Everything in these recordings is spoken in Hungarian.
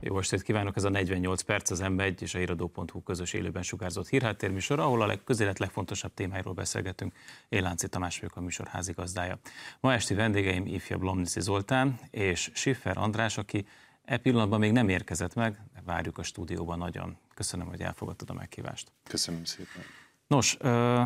Jó estét kívánok! Ez a 48 perc az M1 és a Híradó.hu közös élőben sugárzott hírháttérműsor, ahol a közélet legfontosabb témáiról beszélgetünk. Én Lánci Tamás vagyok, a műsor házigazdája. Ma esti vendégeim ifjabb Lomnici Zoltán és Schiffer András, aki e pillanatban még nem érkezett meg, de várjuk a stúdióban nagyon. Köszönöm, hogy elfogadtad a meghívást. Köszönöm szépen. Nos,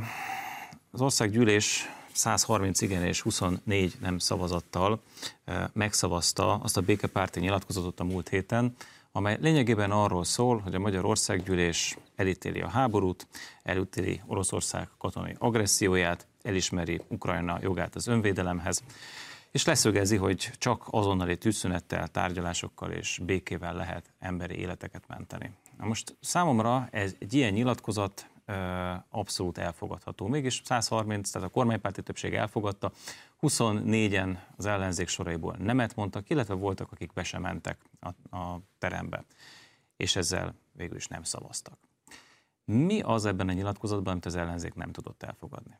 az országgyűlés 130 igen és 24 nem szavazattal megszavazta azt a békepárti nyilatkozatot a múlt héten, amely lényegében arról szól, hogy a Magyar Országgyűlés elítéli a háborút, elítéli Oroszország katonai agresszióját, elismeri Ukrajna jogát az önvédelemhez, és leszögezi, hogy csak azonnali tűzszünettel, tárgyalásokkal és békével lehet emberi életeket menteni. Na most számomra ez egy ilyen nyilatkozat abszolút elfogadható. Mégis 130, tehát a kormánypárti többség elfogadta, 24-en az ellenzék soraiból nemet mondtak, illetve voltak, akik be sem mentek a terembe, és ezzel végül is nem szavaztak. Mi az ebben a nyilatkozatban, amit az ellenzék nem tudott elfogadni?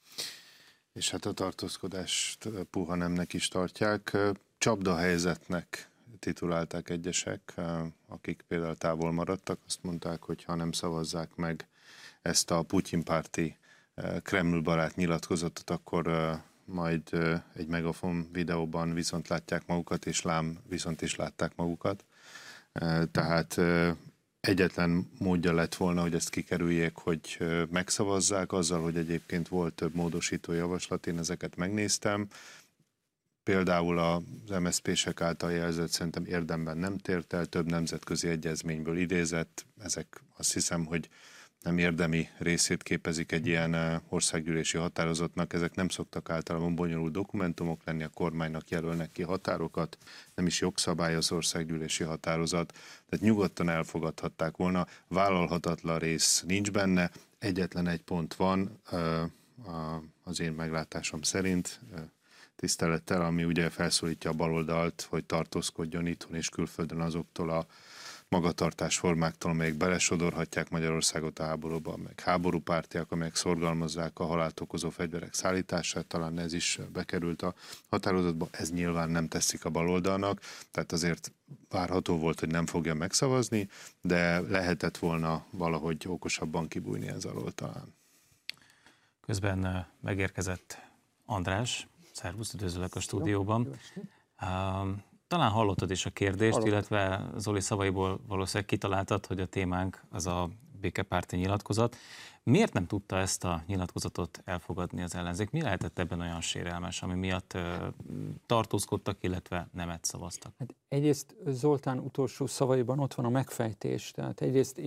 És hát a tartózkodást puha nemnek is tartják. Csapdahelyzetnek titulálták egyesek, akik például távol maradtak, azt mondták, hogy ha nem szavazzák meg ezt a Putyin-párti Kreml-barát nyilatkozatot, akkor majd egy Megafon videóban viszont látják magukat, és lám viszont is látták magukat. Tehát egyetlen módja lett volna, hogy ezt kikerüljék, hogy megszavazzák, azzal, hogy egyébként volt több módosító javaslat, én ezeket megnéztem. Például az MSZP-sek által jelzett szerintem érdemben nem tért el, több nemzetközi egyezményből idézett, ezek azt hiszem, hogy nem érdemi részét képezik egy ilyen országgyűlési határozatnak, ezek nem szoktak általában bonyolult dokumentumok lenni, a kormánynak jelölnek ki határokat, nem is jogszabály az országgyűlési határozat, tehát nyugodtan elfogadhatták volna, vállalhatatlan rész nincs benne, egyetlen egy pont van az én meglátásom szerint, tisztelettel, ami ugye felszólítja a baloldalt, hogy tartózkodjon itthon és külföldön azoktól a magatartásformáktól, amelyek belesodorhatják Magyarországot a háborúba, meg háborúpártiak, amelyek szorgalmazzák a halált okozó fegyverek szállítását, talán ez is bekerült a határozatba, ez nyilván nem teszik a baloldalnak, tehát azért várható volt, hogy nem fogja megszavazni, de lehetett volna valahogy okosabban kibújni ez alól talán. Közben megérkezett András, szervusz, üdvözlök a stúdióban. Talán hallottad is a kérdést, illetve Zoli szavaiból valószínűleg kitaláltad, hogy a témánk az a békepárti nyilatkozat. Miért nem tudta ezt a nyilatkozatot elfogadni az ellenzék? Mi lehetett ebben olyan sérelmes, ami miatt tartózkodtak, illetve nemet szavaztak? Hát egyrészt Zoltán utolsó szavaiban ott van a megfejtés. Tehát egyrészt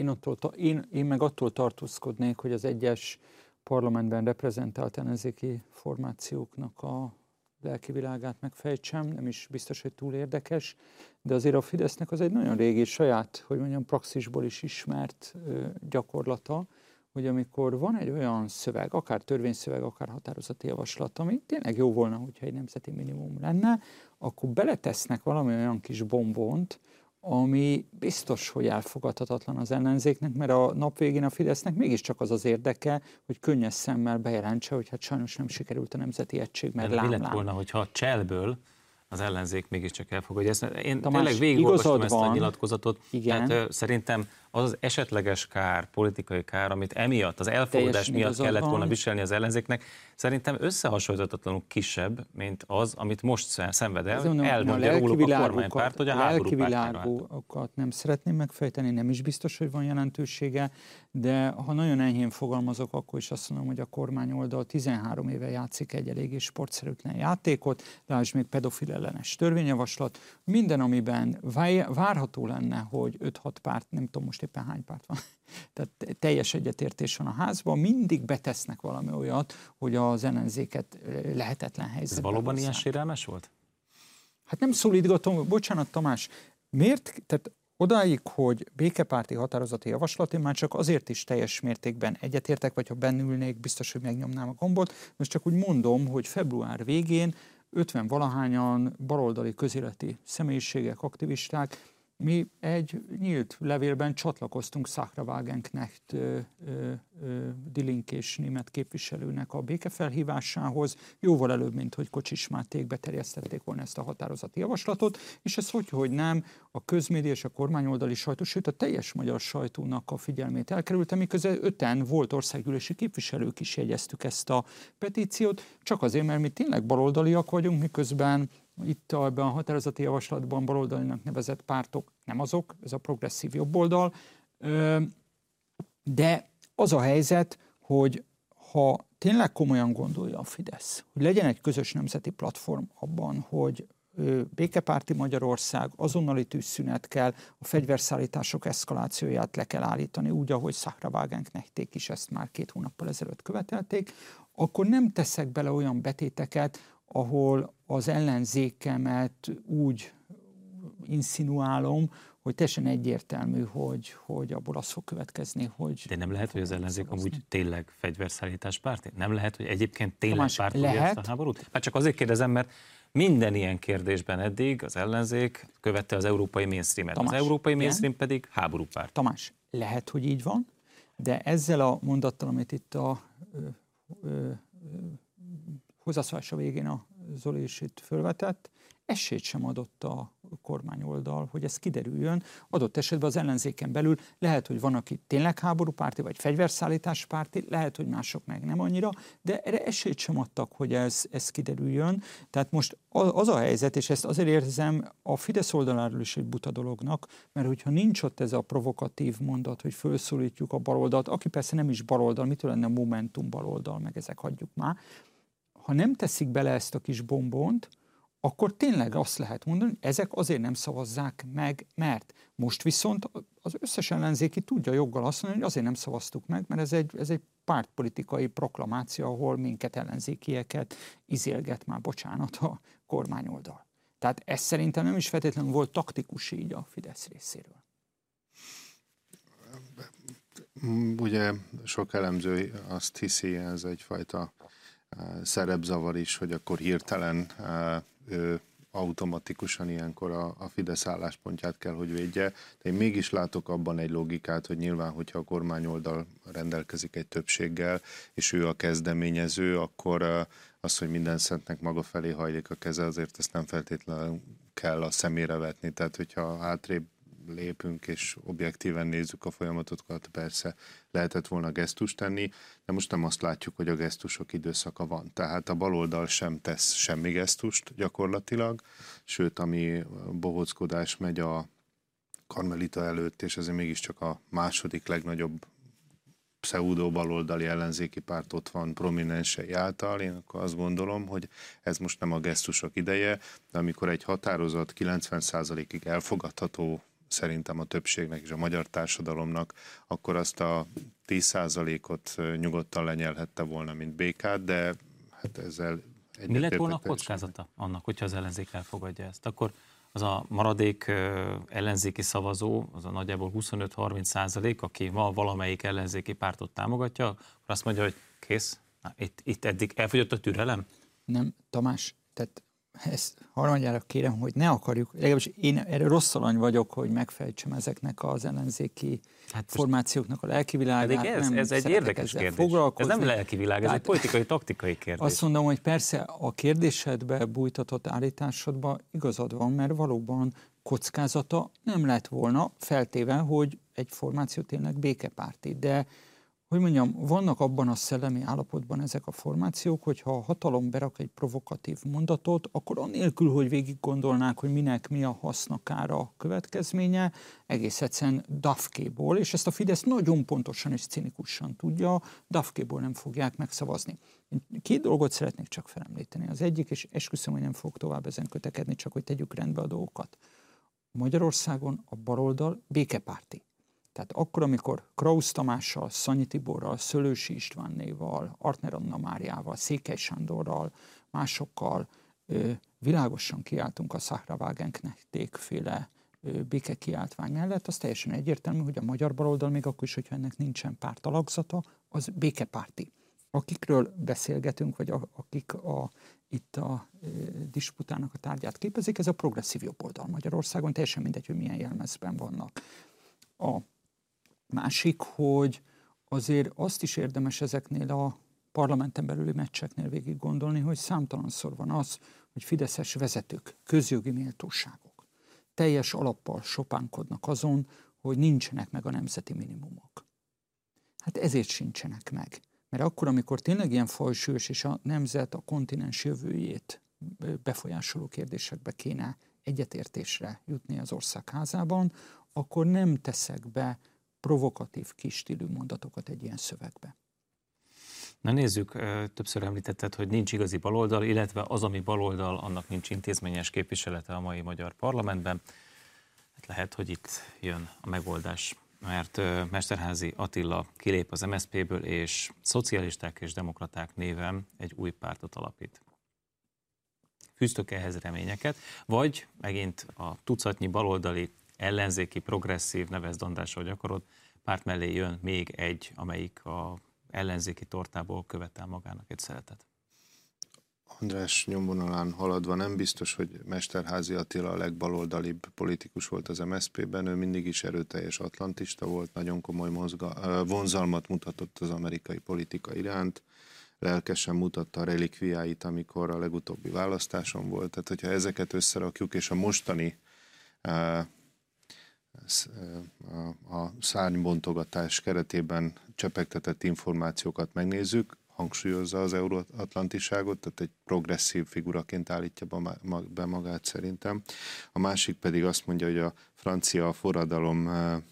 én meg attól tartózkodnék, hogy az egyes parlamentben reprezentált ellenzéki formációknak a lelkivilágát megfejtsem, nem is biztos, hogy túl érdekes, de azért a Fidesznek az egy nagyon régi saját, hogy mondjam, praxisból is ismert gyakorlata, hogy amikor van egy olyan szöveg, akár törvényszöveg, akár határozati javaslat, ami tényleg jó volna, hogyha egy nemzeti minimum lenne, akkor beletesznek valami olyan kis bombont, ami biztos, hogy elfogadhatatlan az ellenzéknek, mert a nap végén a Fidesznek mégiscsak az az érdeke, hogy könnyes szemmel bejelentse, hogy hát sajnos nem sikerült a nemzeti egység, mert mi lett volna, hogyha cselből az ellenzék mégiscsak elfogadja. Én Tamás, tényleg végigolvastam ezt a nyilatkozatot, igen. Tehát szerintem az az esetleges kár, politikai kár, amit emiatt, az elfogadás miatt kellett volna viselni az ellenzéknek, szerintem összehasonlíthatatlanul kisebb, mint az, amit most szenved el, eldöntje róluk a kormánypárt, hogy a lelkivilágokat nem szeretném megfejteni, nem is biztos, hogy van jelentősége, de ha nagyon enyhén fogalmazok, akkor is azt mondom, hogy a kormány oldal 13 éve játszik egy eléggé sportszerűtlen játékot, lásd még pedofil ellenes törvényjavaslat, minden, amiben várható lenne, hogy 5-6 párt, nem tudom most éppen hány párt van, tehát teljes egyetértés van a házban, mindig betesznek valami olyat, hogy az ellenzéket lehetetlen helyzetbe Ez valóban hozzák. ilyen sérelmes volt? Hát nem szólítgatom, bocsánat Tamás, miért, tehát odáig, hogy békepárti határozati javaslat, én már csak azért is teljes mértékben egyetértek, vagy ha bennülnék, biztos, hogy megnyomnám a gombot, most csak úgy mondom, hogy február végén 50 valahányan baloldali közéleti személyiségek, aktivisták Mi egy nyílt levélben csatlakoztunk Sahra Wagenknecht Die Linke és német képviselőnek a békefelhívásához, jóval előbb, mint hogy Kocsis Máték beterjesztették volna ezt a határozati javaslatot, és ez hogy nem, a közmédia és a kormányoldali sajtó, sőt a teljes magyar sajtónak a figyelmét elkerült, miközben 5 volt országgyűlési képviselők is jegyeztük ezt a petíciót, csak azért, mert mi tényleg baloldaliak vagyunk, miközben itt ebben a határozati javaslatban baloldalinak nevezett pártok nem azok, ez a progresszív jobboldal, de az a helyzet, hogy ha tényleg komolyan gondolja a Fidesz, hogy legyen egy közös nemzeti platform abban, hogy békepárti Magyarország, azonnali tűzszünet kell, a fegyverszállítások eszkalációját le kell állítani, úgy, ahogy Sahra Wagenknechték is ezt már 2 hónappal ezelőtt követelték, akkor nem teszek bele olyan betéteket, ahol az ellenzékemet úgy insinuálom, hogy teljesen egyértelmű, hogy abból az fog következni, hogy... De nem lehet, hogy az ellenzék amúgy tényleg fegyverszállítás párti? Nem lehet, hogy egyébként tényleg pártolja ezt a háborút? Hát csak azért kérdezem, mert minden ilyen kérdésben eddig az ellenzék követte az európai mainstreamet. Az európai mainstream pedig háborúpárt. Tamás, lehet, hogy így van, de ezzel a mondattal, amit itt a hozzászólása végén a Zoli is itt fölvetett, esélyt sem adott a kormányoldal, hogy ez kiderüljön. Adott esetben az ellenzéken belül lehet, hogy van, aki tényleg háborúpárti, vagy fegyverszállítás párti, lehet, hogy mások meg nem annyira, de erre esélyt sem adtak, hogy ez kiderüljön. Tehát most az a helyzet, és ezt azért érzem a Fidesz oldaláról is egy buta dolognak, mert hogyha nincs ott ez a provokatív mondat, hogy felszólítjuk a baloldalt, aki persze nem is baloldal, mitől lenne Momentum baloldal, meg ezek hagyjuk már, ha nem teszik bele ezt a kis bombont, akkor tényleg azt lehet mondani, hogy ezek azért nem szavazzák meg, mert most viszont az összes ellenzéki tudja joggal azt mondani, hogy azért nem szavaztuk meg, mert ez egy pártpolitikai proklamáció, ahol minket ellenzékieket izélget már, bocsánat, a kormányoldal. Tehát ez szerintem nem is feltétlenül volt taktikus így a Fidesz részéről. Ugye sok elemző azt hiszi, ez egyfajta szerepzavar is, hogy akkor hirtelen automatikusan ilyenkor a Fidesz álláspontját kell, hogy védje. De én mégis látok abban egy logikát, hogy nyilván, hogyha a kormányoldal rendelkezik egy többséggel, és ő a kezdeményező, akkor az, hogy minden szentnek maga felé hajlik a keze, azért ezt nem feltétlenül kell a szemére vetni. Tehát, hogyha hátrébb lépünk és objektíven nézzük a folyamatokat, persze lehetett volna gesztust tenni, de most nem azt látjuk, hogy a gesztusok időszaka van. Tehát a baloldal sem tesz semmi gesztust gyakorlatilag, sőt, ami bohóckodás megy a Karmelita előtt, és ezért mégiscsak a második legnagyobb pseudo-baloldali ellenzéki párt ott van prominensei által, én akkor azt gondolom, hogy ez most nem a gesztusok ideje, de amikor egy határozat 90%-ig elfogadható szerintem a többségnek és a magyar társadalomnak, akkor azt a 10%-ot nyugodtan lenyelhette volna, mint békát, de hát ezzel egyetértek. Mi lett volna a kockázata annak, hogyha az ellenzék elfogadja ezt? Akkor az a maradék ellenzéki szavazó, az a nagyjából 25-30%, aki ma valamelyik ellenzéki pártot támogatja, akkor azt mondja, hogy kész, itt eddig elfogyott a türelem? Nem, Tamás, tehát ezt harmadjára kérem, hogy ne akarjuk, legalábbis én erre rossz alany vagyok, hogy megfejtsem ezeknek az ellenzéki formációknak a lelkivilágát. Ez egy érdekes kérdés. Ez nem lelkivilág, ez egy politikai, taktikai kérdés. Azt mondom, hogy persze a kérdésedbe bújtatott állításodban igazad van, mert valóban kockázata nem lett volna, feltéve, hogy egy formáció tényleg békepárti, de hogy mondjam, vannak abban a szellemi állapotban ezek a formációk, hogyha a hatalom berak egy provokatív mondatot, akkor annélkül, hogy végig gondolnák, hogy minek mi a haszna, kára, következménye, egész egyszerűen dafkéból, és ezt a Fidesz nagyon pontosan és cinikusan tudja, dafkéból nem fogják megszavazni. Én 2 dolgot szeretnék csak felemlíteni. Az egyik, és esküszöm, hogy nem fog tovább ezen kötekedni, csak hogy tegyük rendbe a dolgokat. Magyarországon a baloldal békepárti. Tehát akkor, amikor Krausz Tamással, Szanyi Tiborral, Szőlősi Istvánnéval, Artner Anna Máriával, Székely Sándorral, másokkal világosan kiálltunk a Sahra Wagenknechték-féle békekiáltvány mellett, az teljesen egyértelmű, hogy a magyar baloldal még akkor is, hogyha ennek nincsen pártalakzata, az békepárti. akikről beszélgetünk, vagy akik itt a disputának a tárgyát képezik, ez a progresszív jobboldal Magyarországon, teljesen mindegy, hogy milyen jelmezben vannak. A másik, hogy azért azt is érdemes ezeknél a parlamenten belüli meccseknél végig gondolni, hogy számtalanszor van az, hogy fideszes vezetők, közjogi méltóságok teljes alappal sopánkodnak azon, hogy nincsenek meg a nemzeti minimumok. Hát ezért sincsenek meg. Mert akkor, amikor tényleg ilyen fajsúlyos és a nemzet, a kontinens jövőjét befolyásoló kérdésekbe kéne egyetértésre jutni az országházában, akkor nem teszek be provokatív kis stílű mondatokat egy ilyen szövegbe. Na nézzük, többször említetted, hogy nincs igazi baloldal, illetve az, ami baloldal, annak nincs intézményes képviselete a mai magyar parlamentben. Hát lehet, hogy itt jön a megoldás, mert Mesterházy Attila kilép az MSZP-ből, és szocialisták és demokraták néven egy új pártot alapít. Fűztök ehhez reményeket, vagy megint a tucatnyi baloldali, ellenzéki, progresszív, nevezd András, ahogy akarod, párt mellé jön még egy, amelyik a ellenzéki tortából követel magának egy szeletet? András nyomvonalán haladva nem biztos, hogy Mesterházy Attila a legbaloldalibb politikus volt az MSZP-ben, ő mindig is erőteljes atlantista volt, nagyon komoly vonzalmat mutatott az amerikai politika iránt, lelkesen mutatta a relikviáit, amikor a legutóbbi választáson volt. Tehát, hogyha ezeket összerakjuk, és a mostani a szárnybontogatás keretében csepegtetett információkat megnézzük, hangsúlyozza az euróatlantiságot, tehát egy progresszív figuraként állítja be magát szerintem. A másik pedig azt mondja, hogy a francia forradalom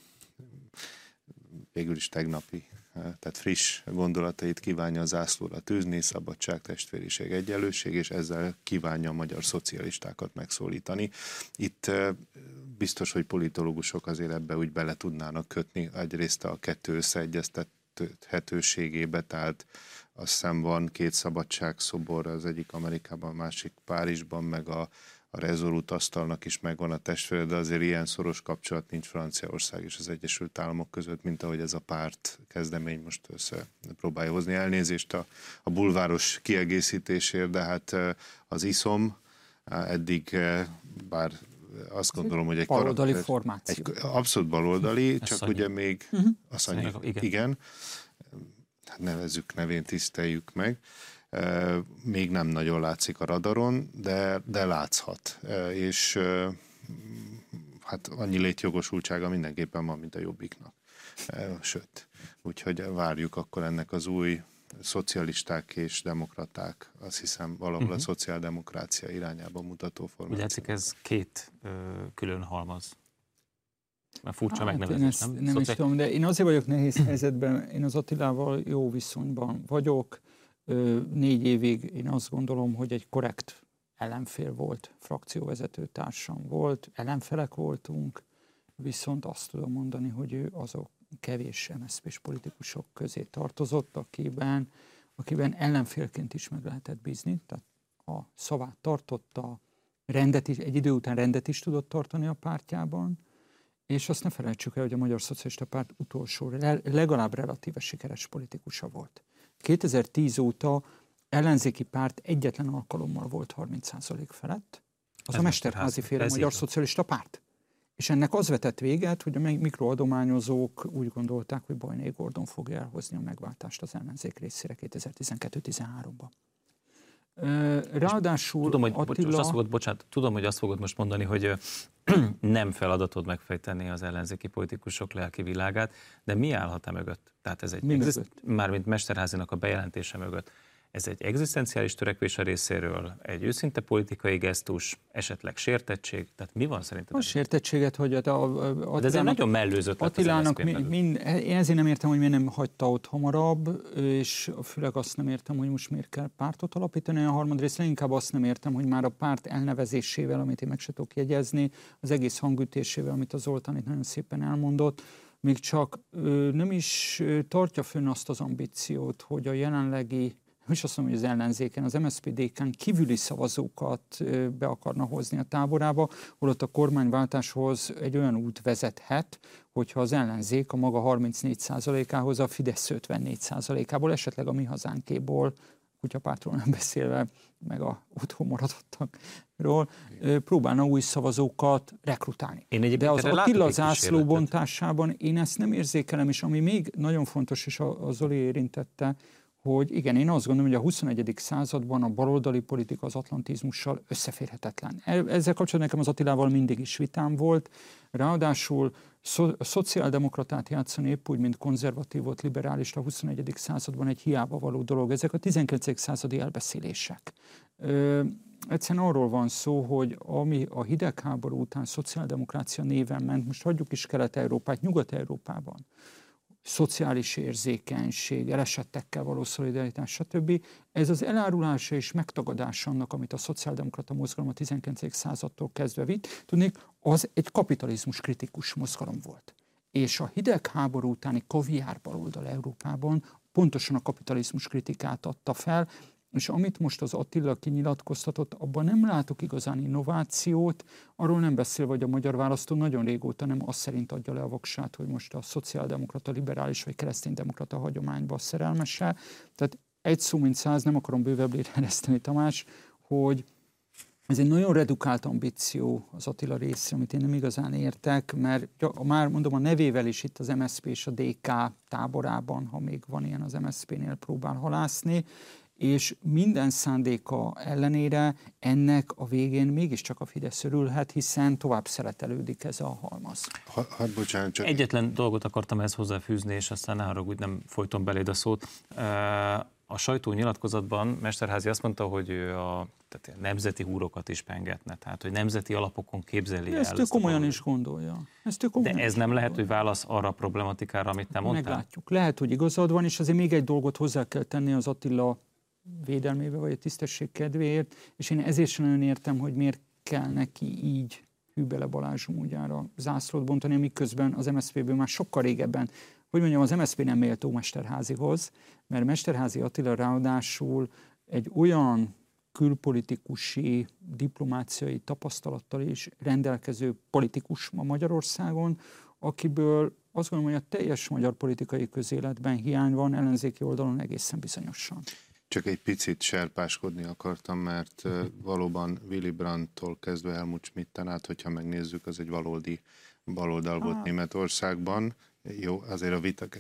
végül is tegnapi, tehát friss gondolatait kívánja a zászlóra tűzni, szabadság, testvériség, egyenlőség, és ezzel kívánja a magyar szocialistákat megszólítani. Itt biztos, hogy politológusok azért ebbe úgy bele tudnának kötni, egyrészt a kettő összeegyeztethetőségébe, tehát azt hiszem van két szabadságszobor, az egyik Amerikában, a másik Párizsban, meg a Resolute asztalnak is megvan a testvére, de azért ilyen szoros kapcsolat nincs Franciaország és az Egyesült Államok között, mint ahogy ez a párt kezdemény most össze próbálja hozni. Elnézést a bulváros kiegészítésért, de hát az ISZOM eddig, bár azt gondolom, hogy egy baloldali formáció. Abszolút baloldali, csak ugye még igen, hát nevezzük nevén, tiszteljük meg. Még nem nagyon látszik a radaron, de látszhat. És hát annyi létjogosultsága mindenképpen van, mint a Jobbiknak. Sőt, úgyhogy várjuk akkor ennek az új szocialisták és demokraták, azt hiszem valahol a szociáldemokrácia irányába mutató formáció. Úgy látszik, ez két külön halmaz. Mert furcsa megnevezés, nem? Nem is tudom, de én azért vagyok nehéz helyzetben, én az Attilával jó viszonyban vagyok. 4 évig én azt gondolom, hogy egy korrekt ellenfél volt, frakcióvezető társam volt, ellenfelek voltunk, viszont azt tudom mondani, hogy ő azok kevés MSZP-s politikusok közé tartozott, akiben ellenfélként is meg lehetett bízni, tehát a szavát tartotta, egy idő után rendet is tudott tartani a pártjában, és azt ne felejtsük el, hogy a Magyar Szocialista Párt utolsó, legalább relatíve sikeres politikusa volt. 2010 óta ellenzéki párt egyetlen alkalommal volt 30% felett, az a Mesterházy féle Magyar Szocialista Párt. És ennek az vetett véget, hogy a mikroadományozók úgy gondolták, hogy Bajnai Gordon fogja elhozni a megváltást az ellenzék részére 2012-13-ban. Ráadásul tudom, hogy, Attila... tudom, hogy azt fogod most mondani, hogy nem feladatod megfejteni az ellenzéki politikusok lelki világát, de mi állhat e mögött? Tehát ez mármint Mesterházynak a bejelentése mögött. Ez egy egzisztenciális törekvés a részéről, egy őszinte politikai gesztus, esetleg sértettség? Tehát mi van szerinted? A sértettséget, hogy de ez egy nagyon mellőzött lett Attilának én ezért nem értem, hogy miért nem hagyta ott hamarabb, és főleg azt nem értem, hogy most miért kell pártot alapítani. A harmadrészt inkább azt nem értem, hogy már a párt elnevezésével, amit én meg se tudok jegyezni, az egész hangütésével, amit a Zoltán itt nagyon szépen elmondott, még csak nem is tartja fönn azt az ambíciót, hogy a jelenlegi és azt mondom, hogy az ellenzéken, az MSZP-DK-n kívüli szavazókat be akarna hozni a táborába, holott a kormányváltáshoz egy olyan út vezethet, hogyha az ellenzék a maga 34%-ához, a Fidesz 54%-ából, esetleg a Mi Hazánkéból, kutyapártról nem beszélve, meg a otthon maradottakról, próbálna új szavazókat rekrutálni. De az Attila zászlóbontásában én ezt nem érzékelem, és ami még nagyon fontos, és a Zoli érintette, hogy igen, én azt gondolom, hogy a 21. században a baloldali politika az atlantizmussal összeférhetetlen. Ezzel kapcsolatban nekem az Attilával mindig is vitám volt, ráadásul a szociáldemokratát játszani épp úgy, mint konzervatívot, liberálist a 21. században egy hiába való dolog. Ezek a 19. századi elbeszélések. Egyszerűen arról van szó, hogy ami a hidegháború után szociáldemokrácia néven ment, most hagyjuk is Kelet-Európát, Nyugat-Európában, szociális érzékenység, elesettekkel való szolidaritás, stb. Ez az elárulása és megtagadása annak, amit a szociáldemokrata mozgalom a 19. századtól kezdve vitt, tudnék, az egy kapitalizmus kritikus mozgalom volt. És a hidegháború utáni kaviár baloldal Európában pontosan a kapitalizmus kritikát adta fel, és amit most az Attila kinyilatkoztatott, abban nem látok igazán innovációt, arról nem beszélve, hogy a magyar választó nagyon régóta nem azt szerint adja le a voksát, hogy most a szociáldemokrata, liberális vagy kereszténydemokrata hagyományba szerelmese. Tehát egy szó mint száz, nem akarom bővebbre ereszteni, Tamás, hogy ez egy nagyon redukált ambíció az Attila részre, amit én nem igazán értek, mert már mondom, a nevével is itt az MSZP és a DK táborában, ha még van ilyen, az MSZP-nél próbál halászni, és minden szándéka ellenére ennek a végén mégiscsak a Fidesz örülhet, hiszen tovább szeretelődik ez a halmaz. Bocsánat, csak... Egyetlen dolgot akartam ehhez hozzáfűzni, és aztán ne haragudj, nem folytom beléd a szót. A sajtónyilatkozatban Mesterházy azt mondta, hogy ő a nemzeti húrokat is pengetne, tehát hogy nemzeti alapokon képzeli el. Ezt ő komolyan is gondolja. De ez nem lehet, hogy válasz arra a problematikára, amit nem mondtál? Meglátjuk. Lehet, hogy igazad van, és azért még egy dolgot hozzá kell tenni az Attila védelmébe, vagy a tisztesség kedvéért, és én ezért sem nagyon értem, hogy miért kell neki így Hűbele Balázs módjára zászlót bontani, miközben az MSZP-ből már sokkal régebben, hogy mondjam, az MSZP nem méltó Mesterházyhoz, mert Mesterházy Attila ráadásul egy olyan külpolitikusi, diplomáciai tapasztalattal is rendelkező politikus ma Magyarországon, akiből azt gondolom, hogy a teljes magyar politikai közéletben hiány van, ellenzéki oldalon egészen bizonyosan. Csak egy picit serpáskodni akartam, mert valóban Willy Brandttól kezdve Helmut Schmidten át, hogyha megnézzük, az egy valódi baloldal volt Németországban. Jó, azért a vitak.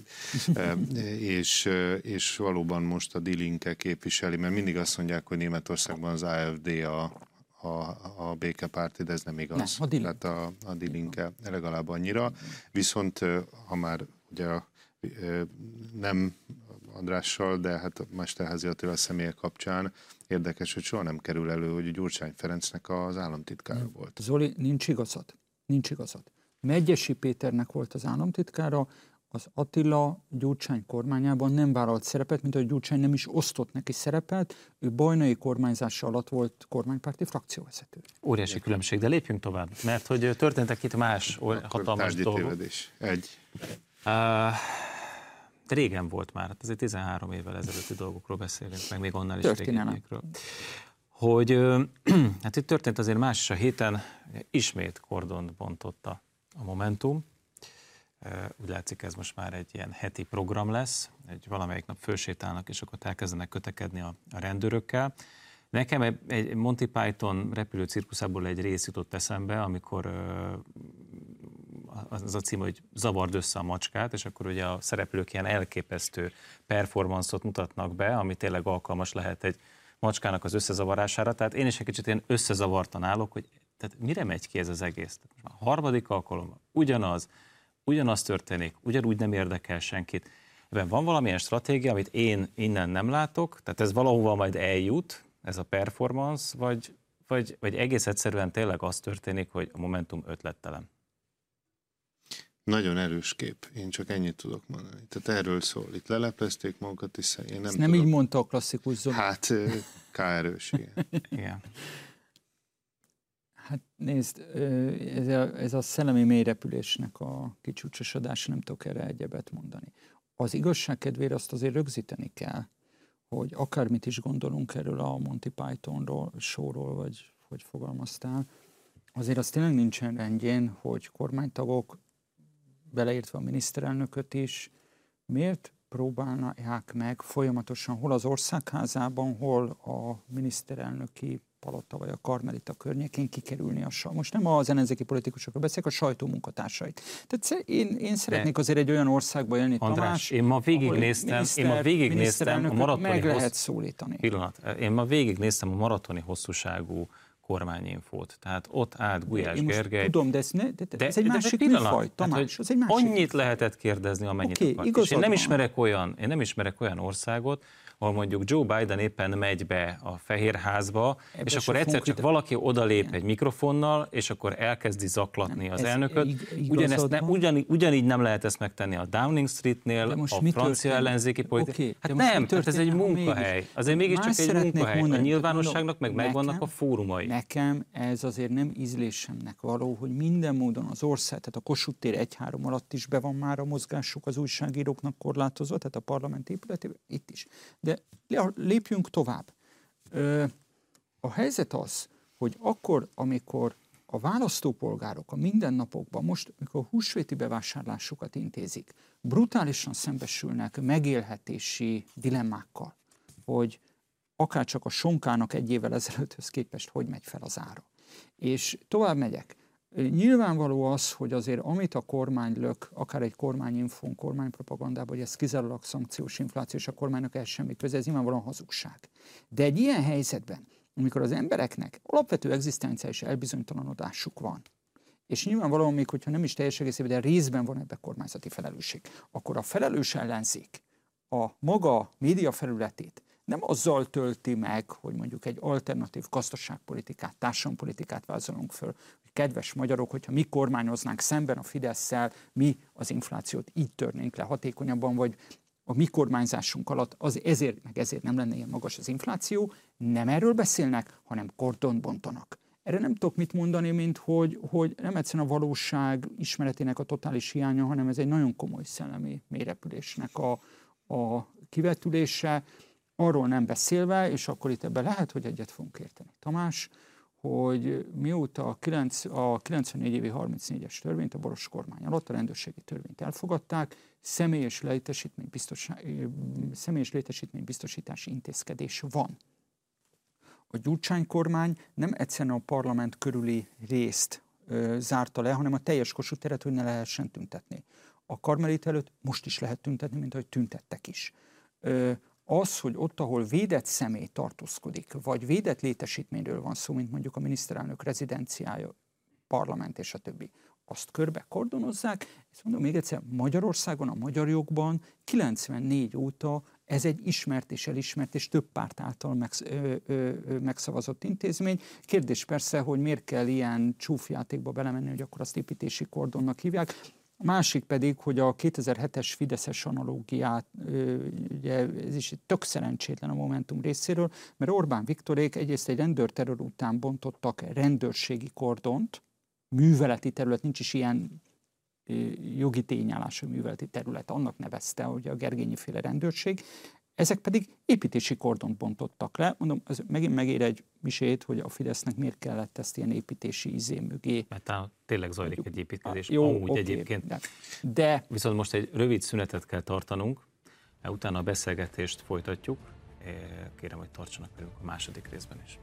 és valóban most a Die Linke képviseli, mert mindig azt mondják, hogy Németországban az AfD a békepárti, de ez nem igaz. Tehát a Die Linke legalább annyira. Viszont ha már ugye nem Andrással, de hát Mesterházy Attila személye kapcsán érdekes, hogy soha nem kerül elő, hogy Gyurcsány Ferencnek az államtitkára volt. Zoli, nincs igazad. Nincs igazad. Medgyessy Péternek volt az államtitkára, az Attila Gyurcsány kormányában nem vállalt szerepet, mint ahogy Gyurcsány nem is osztott neki szerepet, ő Bajnai kormányzása alatt volt kormánypárti frakcióvezető. Óriási különbség, de lépjünk tovább, mert hogy történtek itt más hatalmas dolgok. Régen volt már, hát azért 13 évvel ezelőtti dolgokról beszélünk, meg még annál is régebbiekről. Hogy hát itt történt azért más is a héten, ismét kordont bontotta a Momentum. Úgy látszik, ez most már egy ilyen heti program lesz, egy valamelyik nap fölsétálnak, és akkor elkezdenek kötekedni a rendőrökkel. Nekem egy Monty Python repülő cirkuszából egy rész jutott eszembe, amikor az a cím, hogy zavard össze a macskát, és akkor ugye a szereplők ilyen elképesztő performanszot mutatnak be, ami tényleg alkalmas lehet egy macskának az összezavarására. Tehát én is egy kicsit ilyen összezavartan állok, hogy tehát mire megy ki ez az egész? A harmadik alkalommal ugyanaz történik, ugyanúgy nem érdekel senkit. Ebben van valamilyen stratégia, amit én innen nem látok, tehát ez valahova majd eljut, ez a performance, vagy egész egyszerűen tényleg az történik, hogy a Momentum ötlettelen? Nagyon erős kép. Én csak ennyit tudok mondani. Tehát erről szól. Itt leleplezték magukat, hiszen én nem tudom. Nem így mondta a klasszikus Zoli. Hát, K-erős, igen. Hát nézd, ez a szellemi mélyrepülésnek a kicsúcsosodása, nem tudok erre egyebet mondani. Az igazság kedvére azt azért rögzíteni kell, hogy akármit is gondolunk erről a Monty Pythonról, showról, vagy hogy fogalmaztál, azért az tényleg nincsen rendjén, hogy kormánytagok, beleértve a miniszterelnököt is, miért próbálják meg folyamatosan hol az Országházában, hol a miniszterelnöki palota vagy a Karmelita környékén kikerülni most nem az ellenzéki politikusokról beszélek, a sajtó munkatársait. Tehát én szeretnék azért egy olyan országba élni, András, Tamás, én ma végignéztem a maratoni meg lehet szólítani. Pillanat. Én ma végignéztem a maratoni hosszúságú kormányinfót. Tehát ott állt Gulyás Gergely. Tudom, de ez egy másik műfaj, Tamás. Ez egy másik annyit lehetett kérdezni, amennyit akart. És én nem ismerek olyan országot, ahol mondjuk Joe Biden éppen megy be a Fehérházba, és akkor egyszer csak valaki odalép egy mikrofonnal, és akkor elkezdi zaklatni az elnököt. Ugyanígy nem lehet ezt megtenni a Downing Streetnél, a francia ellenzéki politikában. Hát nem, ez egy munkahely. Azért mégiscsak egy munkahely. A nyilvánosságnak meg megvannak a fórumai. Nekem ez azért nem ízlésemnek való, hogy minden módon az ország, tehát a Kossuth tér 1-3 alatt is be van már a mozgásuk az újságíróknak korlátozva, tehát a parlament épületében, itt is. De lépjünk tovább. A helyzet az, hogy akkor, amikor a választópolgárok a mindennapokban, most, amikor a húsvéti bevásárlásukat intézik, brutálisan szembesülnek megélhetési dilemmákkal, hogy akárcsak a sonkának 1 évvel ezelőtthöz képest hogy megy fel az ára. És tovább megyek. Nyilvánvaló az, hogy azért amit a kormány lök, akár egy kormányinfón, kormánypropagandában, hogy ez kizárólag szankciós infláció, és a kormánynak ez semmi köze, ez nyilvánvalóan hazugság. De egy ilyen helyzetben, amikor az embereknek alapvető egzisztenciális elbizonytalanodásuk van, és nyilvánvalóan még, hogyha nem is teljes egészében, de részben van ebben kormányzati felelősség, akkor a felelős ellenzék a maga média felületét nem azzal tölti meg, hogy mondjuk egy alternatív gazdaságpolitikát, társadalompolitikát vázolunk föl, hogy kedves magyarok, hogyha mi kormányoznánk szemben a Fidesszel, mi az inflációt így törnénk le hatékonyabban, vagy a mi kormányzásunk alatt ezért nem lenne ilyen magas az infláció, nem erről beszélnek, hanem kordont bontanak. Erre nem tudok mit mondani, mint hogy nem egyszerűen a valóság ismeretének a totális hiánya, hanem ez egy nagyon komoly szellemi mélyrepülésnek a kivetülése, arról nem beszélve, és akkor itt ebben lehet, hogy egyet fogunk érteni, Tamás, hogy mióta a 94 évi 34-es törvényt, a Boros kormány alatt a rendőrségi törvényt elfogadták, személyes létesítménybiztosítási intézkedés van. A Gyurcsány kormány nem egyszerűen a parlament körüli részt zárta le, hanem a teljes Kossuth teret, hogy ne lehessen tüntetni. A Karmelita előtt most is lehet tüntetni, mint ahogy tüntettek is. Az, hogy ott, ahol védett személy tartózkodik, vagy védett létesítményről van szó, mint mondjuk a miniszterelnök rezidenciája, parlament és a többi, azt körbe kordonozzák. Ezt mondom még egyszer, Magyarországon, a magyar jogban 94 óta ez egy ismert és elismert és több párt által megszavazott intézmény. Kérdés persze, hogy miért kell ilyen csúfjátékba belemenni, hogy akkor azt építési kordonnak hívják. A másik pedig, hogy a 2007-es fideszes analógiát, ugye ez is tök szerencsétlen a Momentum részéről, mert Orbán Viktorék egyrészt egy rendőrterror után bontottak rendőrségi kordont, műveleti terület, nincs is ilyen jogi tényállású műveleti terület, annak nevezte, hogy a Gergényi-féle rendőrség, ezek pedig építési kordont bontottak le. Mondom, ez megint megér egy misét, hogy a Fidesznek miért kellett ezt ilyen építési izé mögé. Mert tényleg zajlik egy építkezés, amúgy egyébként. De viszont most egy rövid szünetet kell tartanunk, mert utána a beszélgetést folytatjuk. Kérem, hogy tartsanak velünk a második részben is.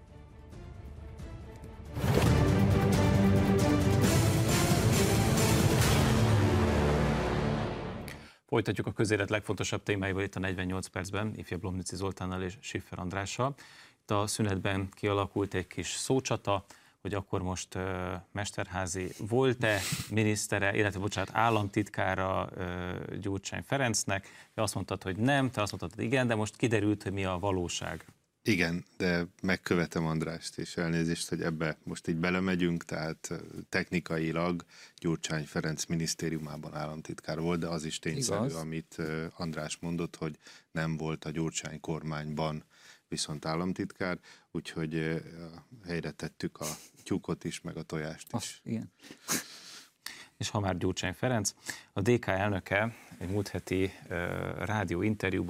Folytatjuk a közélet legfontosabb témáival itt a 48 percben, ifjabb Lomnici Zoltánnal és Schiffer Andrással. Itt a szünetben kialakult egy kis szócsata, hogy akkor most Mesterházy volt-e minisztere, illetve államtitkára Gyurcsány Ferencnek. Te azt mondtad, hogy nem, te azt mondtad, hogy igen, de most kiderült, hogy mi a valóság. Igen, de megkövetem Andrást, és elnézést, hogy ebbe most így belemegyünk, tehát technikailag Gyurcsány Ferenc minisztériumában államtitkár volt, de az is tényszerű, amit András mondott, hogy nem volt a Gyurcsány kormányban viszont államtitkár, úgyhogy helyre tettük a tyúkot is, meg a tojást is. Igen. És ha már Gyurcsány Ferenc, a DK elnöke egy múlt heti rádió interjúban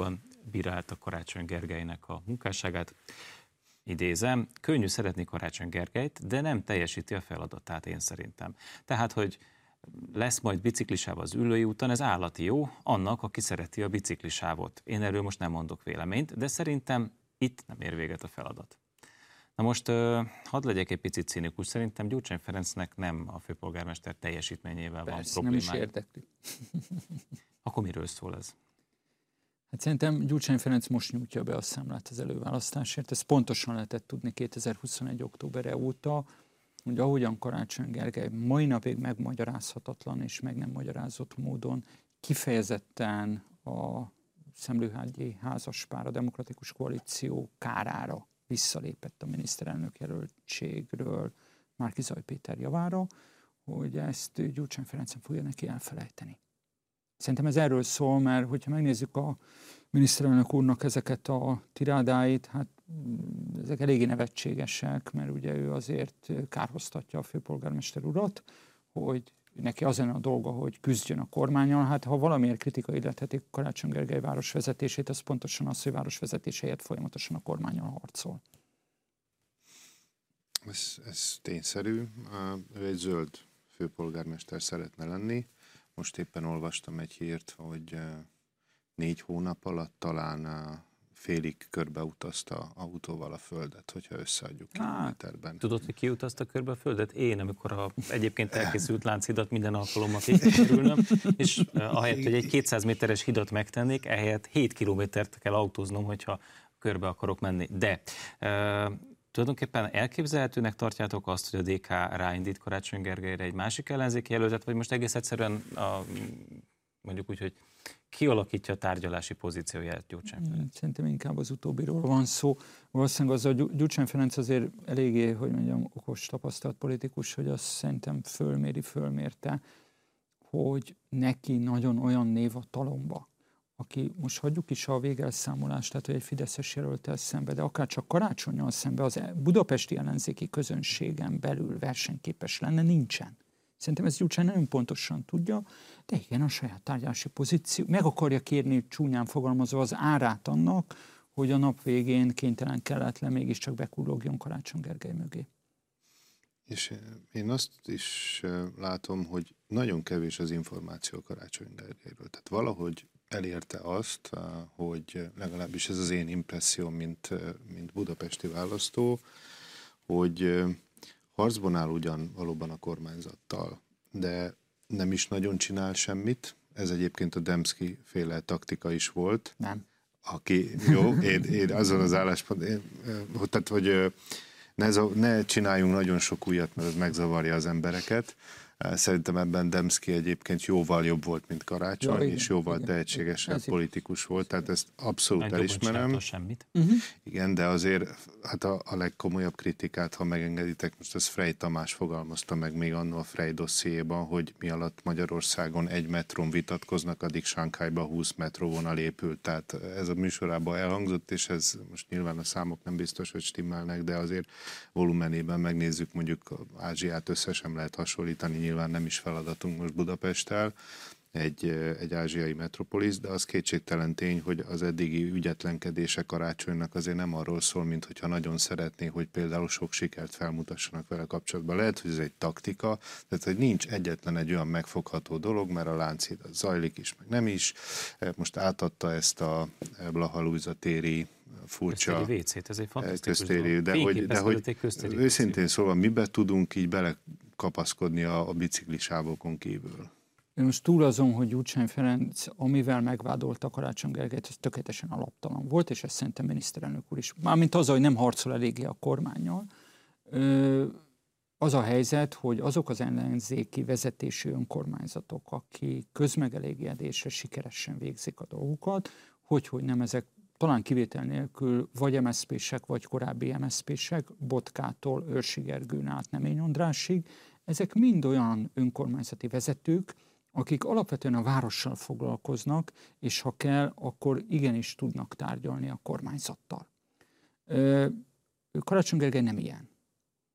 bírálta Karácsony Gergelynek a munkásságát. Idézem, könnyű szeretni Karácsony Gergelyt, de nem teljesíti a feladatát, én szerintem. Tehát, hogy lesz majd biciklisáv az Üllői úton, ez állati jó annak, aki szereti a biciklisávot. Én erről most nem mondok véleményt, de szerintem itt nem ér véget a feladat. Na most hadd legyek egy picit cinikus, szerintem Gyurcsány Ferencnek nem a főpolgármester teljesítményével van problémája. Nem is érdekli. Akkor miről szól ez? Hát szerintem Gyurcsány Ferenc most nyújtja be a számlát az előválasztásért. Ezt pontosan lehetett tudni 2021. októberre óta, hogy ahogyan Karácsony Gergely mai napig megmagyarázhatatlan és meg nem magyarázott módon kifejezetten a Szemlőhágyi házaspár, a Demokratikus Koalíció kárára visszalépett a miniszterelnök jelöltségről Márki-Zay Péter javára, hogy ezt Gyurcsány Ferenc nem fogja neki elfelejteni. Szerintem ez erről szól, mert hogyha megnézzük a miniszterelnök úrnak ezeket a tirádáit, hát ezek eléggé nevetségesek, mert ugye ő azért kárhoztatja a főpolgármester urat, hogy neki az lenne a dolga, hogy küzdjön a kormánnyal. Hát ha valamiért kritika illethetik Karácsony Gergely városvezetését, az pontosan az, hogy városvezetés helyett folyamatosan a kormánnyal harcol. Ez tényszerű. Ő egy zöld főpolgármester szeretne lenni. Most éppen olvastam egy hírt, hogy 4 hónap alatt talán félig körbeutazta autóval a Földet, hogyha összeadjuk kilométerben. Tudod, hogy ki utazta körbe a Földet? Én, amikor egyébként elkészült Lánchidat minden alkalommal kerülnöm, és ahelyett, hogy egy 200 méteres hidat megtennék, ehelyett 7 kilométert kell autóznom, hogyha körbe akarok menni. De tulajdonképpen elképzelhetőnek tartjátok azt, hogy a DK ráindít Karácsony Gergelyre egy másik ellenzéki jelöltet, vagy most egész egyszerűen mondjuk úgy, hogy kialakítja a tárgyalási pozícióját Gyurcsány Ferenc? Szerintem inkább az utóbbiról van szó. Valószínűleg az a Gyurcsány Ferenc azért eléggé, hogy mondjam, okos tapasztalt politikus, hogy azt szerintem fölmérte, hogy neki nagyon olyan név a talomba, aki, most hagyjuk is a végelszámolást, tehát hogy egy fideszes jelölttel szembe, de akár csak Karácsonnyal szembe az budapesti ellenzéki közönségen belül versenyképes lenne, nincsen. Szerintem ezt Gyurcsány nagyon pontosan tudja, de igen, a saját tárgyalási pozíció, meg akarja kérni csúnyán fogalmazva az árát annak, hogy a nap végén kénytelen kelletlen mégiscsak bekullogjon Karácsony Gergely mögé. És én azt is látom, hogy nagyon kevés az információ Karácsony Gergelyről. Tehát valahogy elérte azt, hogy legalábbis ez az én impresszióm, mint budapesti választó, hogy harcban áll ugyan valóban a kormányzattal, de nem is nagyon csinál semmit. Ez egyébként a Demszky féle taktika is volt. Nem. Aki, jó, én azon az álláspont, tehát hogy ne csináljunk nagyon sok újat, mert ez megzavarja az embereket. Szerintem ebben Demszky egyébként jóval jobb volt, mint Karácsony, és jóval tehetségesebb politikus volt, tehát ezt abszolút elismerem. Semmit. Igen, de azért hát a legkomolyabb kritikát, ha megengeditek, most ez Frey Tamás fogalmazta meg még annól a Frey dossziéban, hogy mi alatt Magyarországon egy metrón vitatkoznak, addig Sánkhájba 20 metróvonal épült. Tehát ez a műsorában elhangzott, és ez most nyilván a számok nem biztos, hogy stimmelnek, de azért volumenében megnézzük, mondjuk Ázsiát össze sem lehet hasonlítani, nyilván nem is feladatunk most Budapesttel, egy ázsiai metropolis, de az kétségtelen tény, hogy az eddigi ügyetlenkedése Karácsonynak azért nem arról szól, mint hogyha nagyon szeretné, hogy például sok sikert felmutassanak vele kapcsolatban. Lehet, hogy ez egy taktika, tehát hogy nincs egyetlen egy olyan megfogható dolog, mert a Lánchíd zajlik is, meg nem is. Most átadta ezt a Blaha Lujza téri furcsa WC-t, ez egy fantasztikus köztéri, de hogy őszintén szóval mibe tudunk így belekapaszkodni a biciklisávokon kívül? Én most túl azon, hogy Gyurcsány Ferenc, amivel megvádolta Karácsony Gergelyt, ez tökéletesen alaptalan volt, és ezt szerintem miniszterelnök úr is. Mármint az, hogy nem harcol eléggé a kormánnyal. Az a helyzet, hogy azok az ellenzéki vezetésű önkormányzatok, akik közmegelégedésre sikeresen végzik a dolgukat, hogy nem ezek talán kivétel nélkül vagy MSZP-sek, vagy korábbi MSZP-sek, Botkától Őrsi Gergőn át Nemény Andrásig, ezek mind olyan önkormányzati vezetők, akik alapvetően a várossal foglalkoznak, és ha kell, akkor igenis tudnak tárgyalni a kormányzattal. Karácsony Gergely nem ilyen.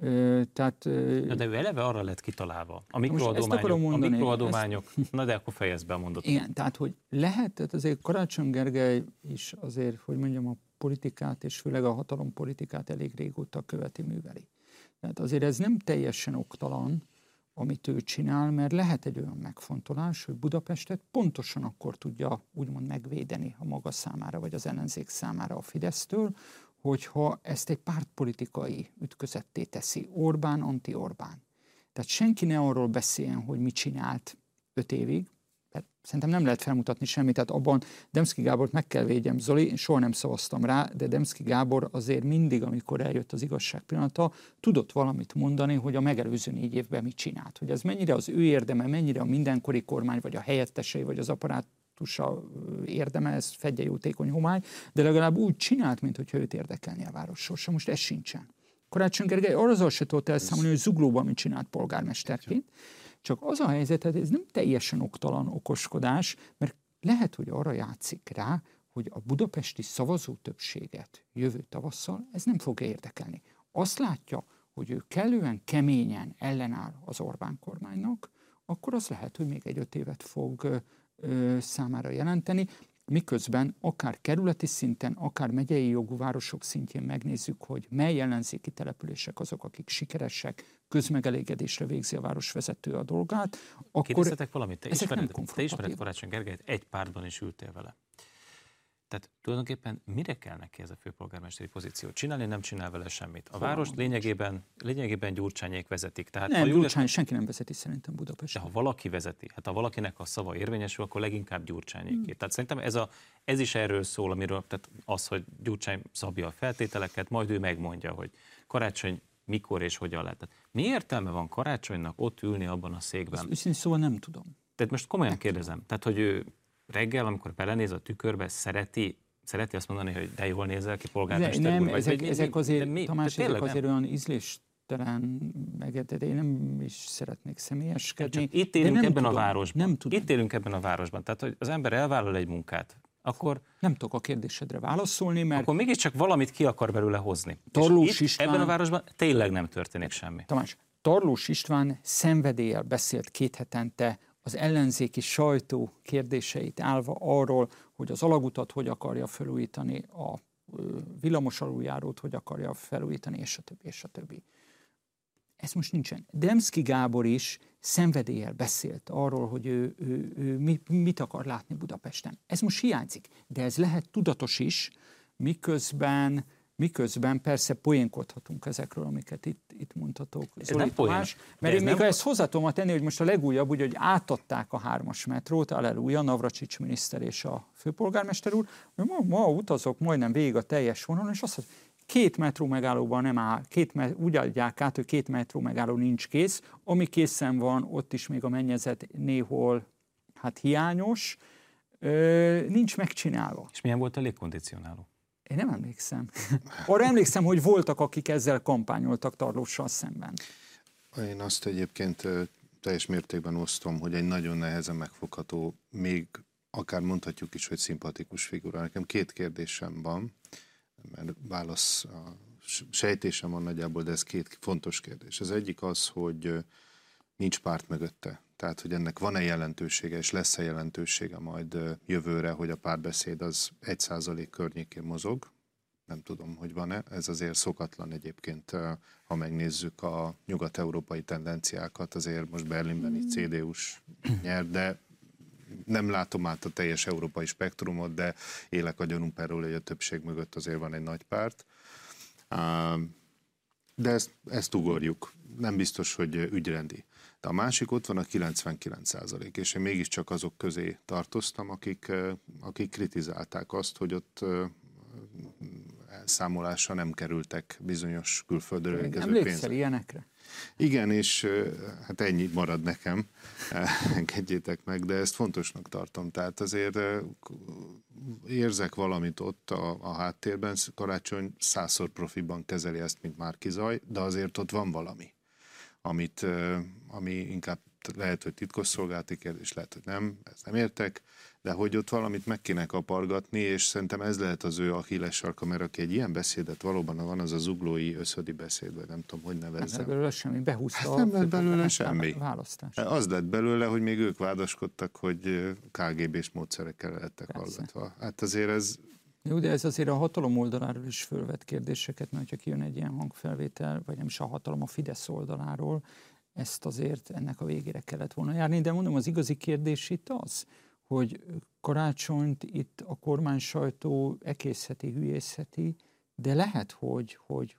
Tehát, de ő eleve arra lett kitalálva. A mikroadományok, na de akkor fejezd be a mondatot. Igen, tehát hogy lehet, tehát azért Karácsony Gergely is azért, hogy mondjam, a politikát, és főleg a hatalompolitikát elég régóta követi, műveli. Tehát azért ez nem teljesen oktalan, amit ő csinál, mert lehet egy olyan megfontolás, hogy Budapestet pontosan akkor tudja úgymond megvédeni a maga számára, vagy az ellenzék számára a Fidesztől, hogyha ezt egy pártpolitikai ütközetté teszi. Orbán, anti-Orbán. Tehát senki ne arról beszéljen, hogy mit csinált 5 évig, mert szerintem nem lehet felmutatni semmit, tehát abban Demszky Gábort meg kell védjem, Zoli, én soha nem szavaztam rá, de Demszky Gábor azért mindig, amikor eljött az igazság pillanata, tudott valamit mondani, hogy a megelőző 4 évben mit csinált. Hogy ez mennyire az ő érdeme, mennyire a mindenkori kormány, vagy a helyettesei, vagy az apparátusa érdeme, ez fedje jótékony homály, de legalább úgy csinált, mintha őt érdekelni a város sorsa. Most ez sincsen. Karácsony Gergely azzal se tudott elszámolni, hogy Zuglóban mit csinált polgármesterként. Csak az a helyzet, hogy ez nem teljesen oktalan okoskodás, mert lehet, hogy arra játszik rá, hogy a budapesti szavazó többséget jövő tavasszal ez nem fogja érdekelni. Azt látja, hogy ő kellően keményen ellenáll az Orbán kormánynak, akkor az lehet, hogy még egy 5 évet fog számára jelenteni, miközben akár kerületi szinten, akár megyei jogú városok szintjén megnézzük, hogy mely ellenzéki települések azok, akik sikeresek, közmegelégedésre végzi a városvezető a dolgát, akkor kérdezzetek valamit, te ismered Karácsony Gergelyt, egy pártban is ültél vele. Tehát tulajdonképpen mire kell neki ez a főpolgármesteri pozíció? Csinálni nem csinál vele semmit. A város lényegében Gyurcsányék vezetik. Tehát nem, Gyurcsány senki nem vezeti szerintem Budapesten. De ha valaki vezeti, hát ha valakinek a szava érvényesül, akkor leginkább Gyurcsányéké. Tehát szerintem ez is erről szól, amiről, tehát az, hogy Gyurcsány szabja a feltételeket, majd ő megmondja, hogy Karácsony mikor és hogyan lehet. Tehát mi értelme van Karácsonynak ott ülni abban a székben? Őszintén szóval nem tudom. Tehát most komolyan kérdezem. Tehát, hogy ő reggel, amikor belenéz a tükörbe, szereti azt mondani, hogy de jól nézel ki, polgármester úr? Ezek azért, Tamás, ezek azért olyan ízléstelen megedett, én nem is szeretnék személyeskedni. Itt élünk ebben a városban. Itt élünk ebben a városban. Tehát, hogy az ember elvállal egy munkát, akkor... Nem tudok a kérdésedre válaszolni, mert... Akkor mégiscsak valamit ki akar belőle hozni. Tarlós István... Ebben a városban tényleg nem történik semmi. Tamás, Tarlós István szenvedéllyel beszélt 2 hetente az ellenzéki sajtó kérdéseit állva arról, hogy az alagutat hogy akarja felújítani, a villamos aluljárót hogy akarja felújítani, és a többi, és a többi. Ez most nincsen. Demszky Gábor is szenvedéllyel beszélt arról, hogy ő mit akar látni Budapesten. Ez most hiányzik, de ez lehet tudatos is, miközben persze poénkodhatunk ezekről, amiket itt mondhatok. Zoli Tamás, mert én még ezt hozzá tudom tenni, hogy most a legújabb, ugye, hogy átadták a 3-as metrót, alleluja, Navracsics miniszter és a főpolgármester úr, hogy ma utazok majdnem végig a teljes vonalon, és azt mondja, 2 metró megállóban nem áll, úgy adják át, hogy 2 metró megálló nincs kész, ami készen van, ott is még a mennyezet néhol hiányos, nincs megcsinálva. És milyen volt a légkondicionáló? Én nem emlékszem. Arra emlékszem, hogy voltak, akik ezzel kampányoltak Tarlóssal szemben. Én azt egyébként teljes mértékben osztom, hogy egy nagyon nehezen megfogható, még akár mondhatjuk is, hogy szimpatikus figura. Nekem 2 kérdésem van, mert sejtésem van nagyjából, de ez 2 fontos kérdés. Az egyik az, hogy nincs párt mögötte. Tehát, hogy ennek van-e jelentősége, és lesz-e jelentősége majd jövőre, hogy a párbeszéd az 1% környékén mozog. Nem tudom, hogy van-e. Ez azért szokatlan egyébként, ha megnézzük a nyugat-európai tendenciákat. Azért most Berlinben is CDU-s nyert, de nem látom át a teljes európai spektrumot, de élek a gyanúperről, hogy a többség mögött azért van egy nagy párt. De ezt ugorjuk. Nem biztos, hogy ügyrendi. De a másik ott van a 99%, és én mégiscsak azok közé tartoztam, akik kritizálták azt, hogy ott elszámolásra nem kerültek bizonyos külföldről érkező pénzek. Ilyenekre? Igen, és hát ennyi marad nekem, engedjétek meg, de ezt fontosnak tartom. Tehát azért érzek valamit ott a háttérben, Karácsony 100-szor profiban kezeli ezt, mint Márki-Zaj, de azért ott van valami, ami inkább lehet, hogy titkosszolgálati kérdés, lehet, hogy nem, ezt nem értek, de hogy ott valamit meg kéne kapargatni, és szerintem ez lehet az ő Achilles sarka, mert aki egy ilyen beszédet valóban van, az a zuglói összödi beszéd, vagy nem tudom, hogy nevezzem. Nem lett belőle semmi, behúzta nem lett belőle semmi. Választás. Az lett belőle, hogy még ők vádaskodtak, hogy KGB-s módszerekkel lettek hallgatva. Hát azért ez... Jó, de ez azért a hatalom oldaláról is fölvet kérdéseket, mert ha kijön egy ilyen hangfelvétel, vagy nem is a hatalom, a Fidesz oldaláról, ezt azért ennek a végére kellett volna járni. De mondom, az igazi kérdés itt az, hogy Karácsonyt itt a kormány sajtó ekészheti, hülyészheti, de lehet, hogy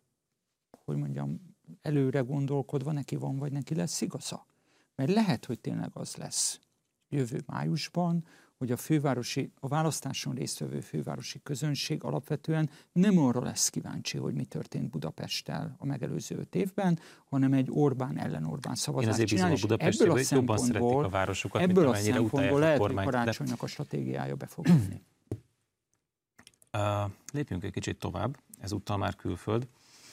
mondjam, előre gondolkodva neki van, vagy neki lesz igaza. Mert lehet, hogy tényleg az lesz jövő májusban, hogy a választáson résztvevő fővárosi közönség alapvetően nem arra lesz kíváncsi, hogy mi történt Budapesttel a megelőző 5 évben, hanem egy Orbán ellen Orbán szavazást csinál, és ebből a szempontból, lehet, hogy Karácsonynak a stratégiája be fog jönni. Lépjünk egy kicsit tovább, ezúttal már külföld.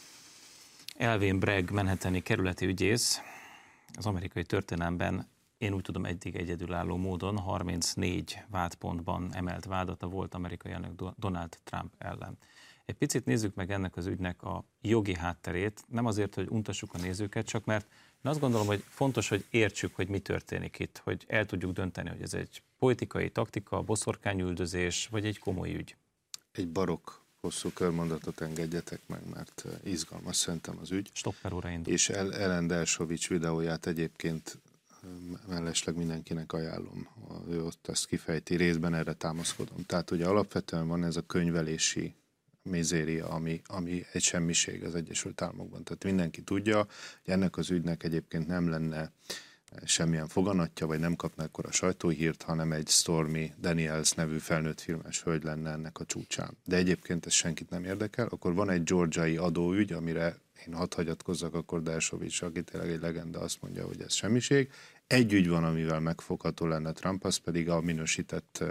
Elvin Bragg manhattani kerületi ügyész az amerikai történelemben, én úgy tudom, eddig egyedülálló módon 34 vádpontban emelt vádat a volt amerikai elnök Donald Trump ellen. Egy picit nézzük meg ennek az ügynek a jogi hátterét, nem azért, hogy untassuk a nézőket, csak mert én azt gondolom, hogy fontos, hogy értsük, hogy mi történik itt, hogy el tudjuk dönteni, hogy ez egy politikai taktika, boszorkányüldözés, vagy egy komoly ügy. Egy barokk hosszú körmondatot engedjetek meg, mert izgalmas szerintem az ügy. Stopper óra indul. És Ellen Dershowitz videóját egyébként mellesleg mindenkinek ajánlom. Ő ott ezt kifejti, részben erre támaszkodom. Tehát ugye alapvetően van ez a könyvelési mizéria, ami egy semmiség az Egyesült Államokban. Tehát mindenki tudja, hogy ennek az ügynek egyébként nem lenne semmilyen foganatja, vagy nem kapna ekkora sajtóhírt, hanem egy Stormy Daniels nevű felnőtt filmes hölgy lenne ennek a csúcsán. De egyébként ez senkit nem érdekel. Akkor van egy georgiai adóügy, amire én hadd hagyatkozzak, akkor Dershowitz, aki tényleg egy legenda, azt mondja, hogy ez semmiség. Egy ügy van, amivel megfogható lenne Trump, az pedig a minősített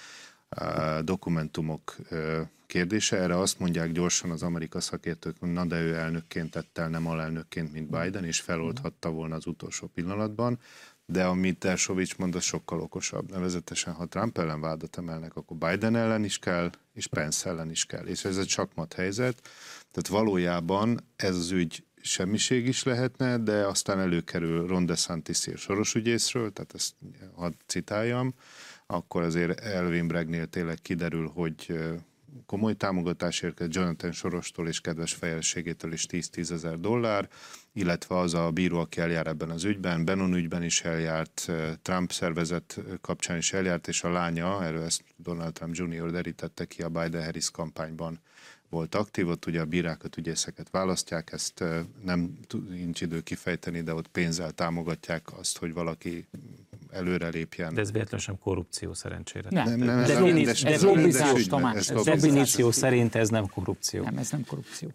dokumentumok kérdése. Erre azt mondják gyorsan az amerikai szakértők, hogy na de ő elnökként tett el, nem alelnökként, mint Biden, és feloldhatta volna az utolsó pillanatban. De amit Dershowitz mond, az sokkal okosabb. Nevezetesen, ha Trump ellen vádat emelnek, akkor Biden ellen is kell, és Pence ellen is kell. És ez egy sakmat helyzet. Tehát valójában ez az ügy semmiség is lehetne, de aztán előkerül Ron DeSantis soros ügyészről, tehát ezt hadd citáljam, akkor azért Elvin Braggnél tényleg kiderül, hogy komoly támogatás érkezett Jonathan Sorostól és kedves fejelségétől is $10 000, illetve az a bíró, aki eljár ebben az ügyben, Bannon ügyben is eljárt, Trump szervezet kapcsán is eljárt, és a lánya, erről ezt Donald Trump Jr. derítette ki, a Biden-Harris kampányban volt aktív, ott ugye a bírákat, ügyészeket választják, ezt nincs idő kifejteni, de ott pénzzel támogatják azt, hogy valaki előrelépjen. De ez véletlenül sem korrupció szerencsére. Ez lobbizás, Tamás. Definíció szerint ez nem korrupció. Nem, ez nem korrupció.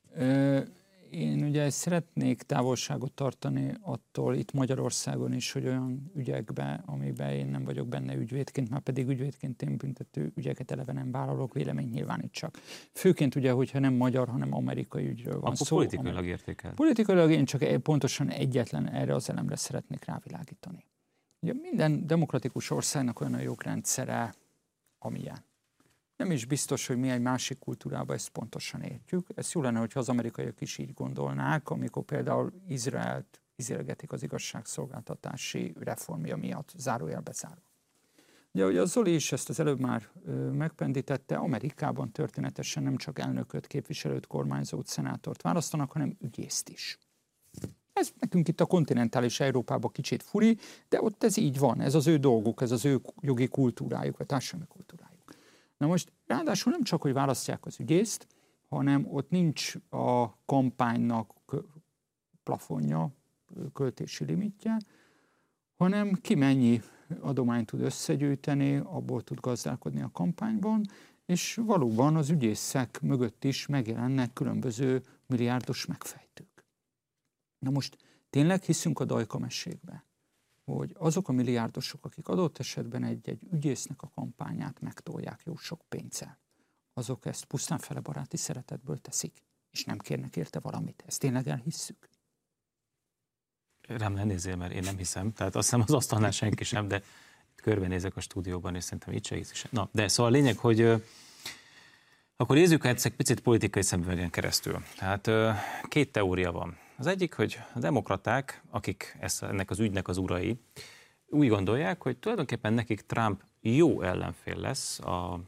Én ugye szeretnék távolságot tartani attól itt Magyarországon is, hogy olyan ügyekbe, amiben én nem vagyok benne ügyvédként, már pedig ügyvédként én büntető ügyeket eleve nem vállalok, vélemény nyilvánítsak. Főként ugye, hogyha nem magyar, hanem amerikai ügyről van szó. Akkor politikailag értékel. Politikailag én csak pontosan egyetlen erre az elemre szeretnék rávilágítani. Ugye minden demokratikus országnak olyan a jogrendszere, amilyen. Nem is biztos, hogy mi egy másik kultúrában ezt pontosan értjük. Ez jó lenne, hogyha az amerikaiak is így gondolnák, amikor például Izraelt izélgetik az igazságszolgáltatási reformja miatt, zárójelbe zárva. Ugye a Zoli is ezt az előbb már megpendítette, Amerikában történetesen nem csak elnököt, képviselőt, kormányzót, szenátort választanak, hanem ügyészt is. Ez nekünk itt a kontinentális Európában kicsit furi, de ott ez így van, ez az ő dolguk, ez az ő jogi kultúrájuk, vagy társadalmi kultúrájuk. Na most ráadásul nem csak, hogy választják az ügyészt, hanem ott nincs a kampánynak plafonja, költési limitje, hanem ki mennyi adományt tud összegyűjteni, abból tud gazdálkodni a kampányban, és valóban az ügyészek mögött is megjelennek különböző milliárdos megfejtők. Na most tényleg hiszünk a Dajka mesékbe, hogy azok a milliárdosok, akik adott esetben egy ügyésznek a kampányát megtolják jó sok pénzzel, azok ezt pusztán fele baráti szeretetből teszik, és nem kérnek érte valamit. Ezt tényleg elhisszük? Rám ne nézzél, mert én nem hiszem. Tehát azt hiszem az asztalnál senki sem, de körbenézek a stúdióban, és szerintem itt se hisz sem. Na, de szóval a lényeg, hogy akkor nézzük egy picit politikai szemüvegen keresztül. Tehát két teória van. Az egyik, hogy a demokraták, akik ennek az ügynek az urai, úgy gondolják, hogy tulajdonképpen nekik Trump jó ellenfél lesz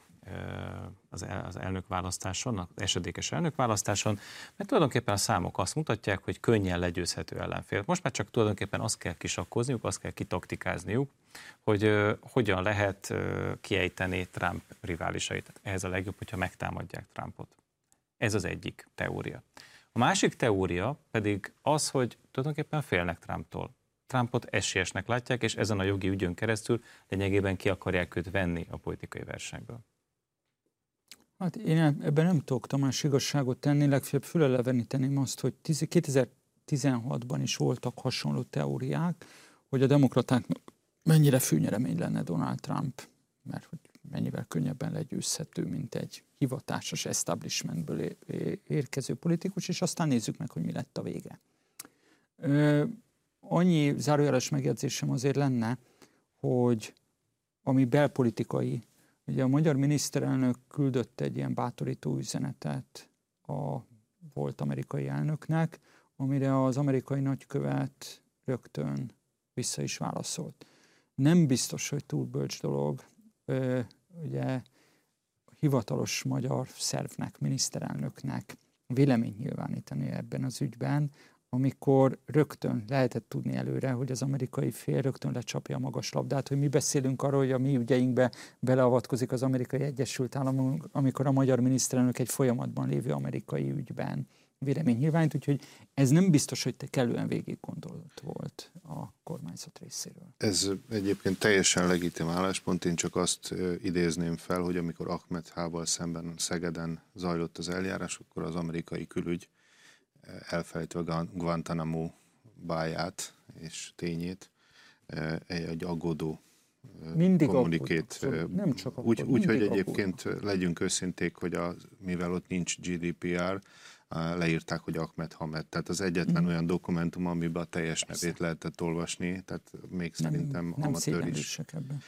az elnökválasztáson, az esedékes elnökválasztáson, mert tulajdonképpen a számok azt mutatják, hogy könnyen legyőzhető ellenfél. Most már csak tulajdonképpen azt kell kisakkozniuk, azt kell kitaktikázniuk, hogy hogyan lehet kiejteni Trump riválisait. Tehát ehhez a legjobb, hogyha megtámadják Trumpot. Ez az egyik teória. A másik teória pedig az, hogy tulajdonképpen félnek Trumptól. Trumpot esélyesnek látják, és ezen a jogi ügyön keresztül lényegében ki akarják őt venni a politikai versenyből. Hát én ebben nem tudok, Tamás, igazságot tenni, legfeljebb föleleveníteném azt, hogy 2016-ban is voltak hasonló teóriák, hogy a demokratáknak mennyire fűnyeremény lenne Donald Trump, mert hogy mennyivel könnyebben legyőzhető, mint egy hivatásos establishmentből érkező politikus, és aztán nézzük meg, hogy mi lett a vége. Annyi zárójeles megjegyzésem azért lenne, hogy ami belpolitikai, ugye a magyar miniszterelnök küldött egy ilyen bátorító üzenetet a volt amerikai elnöknek, amire az amerikai nagykövet rögtön vissza is válaszolt. Nem biztos, hogy túl bölcs dolog, ugye hivatalos magyar szervnek, miniszterelnöknek véleményt nyilvánítani ebben az ügyben, amikor rögtön lehetett tudni előre, hogy az amerikai fél rögtön lecsapja a magas labdát, hogy mi beszélünk arról, hogy a mi ügyeinkbe beleavatkozik az Amerikai Egyesült Államok, amikor a magyar miniszterelnök egy folyamatban lévő amerikai ügyben vélemény nyilvánít, úgyhogy ez nem biztos, hogy te kellően végig gondolt volt a kormányzat részéről. Ez egyébként teljesen legitim álláspont, én csak azt idézném fel, hogy amikor Ahmed H-val szemben Szegeden zajlott az eljárás, akkor az amerikai külügy elfelejtve Guantanamo báját és tényét, egy aggódó kommunikét. Nem csak aggódó. Úgy, hogy egyébként legyünk őszinték, hogy mivel ott nincs GDPR, leírták, hogy Ahmed Hamed. Tehát az egyetlen olyan dokumentum, amiben a teljes nevét lehetett olvasni, tehát még szerintem amatőr is.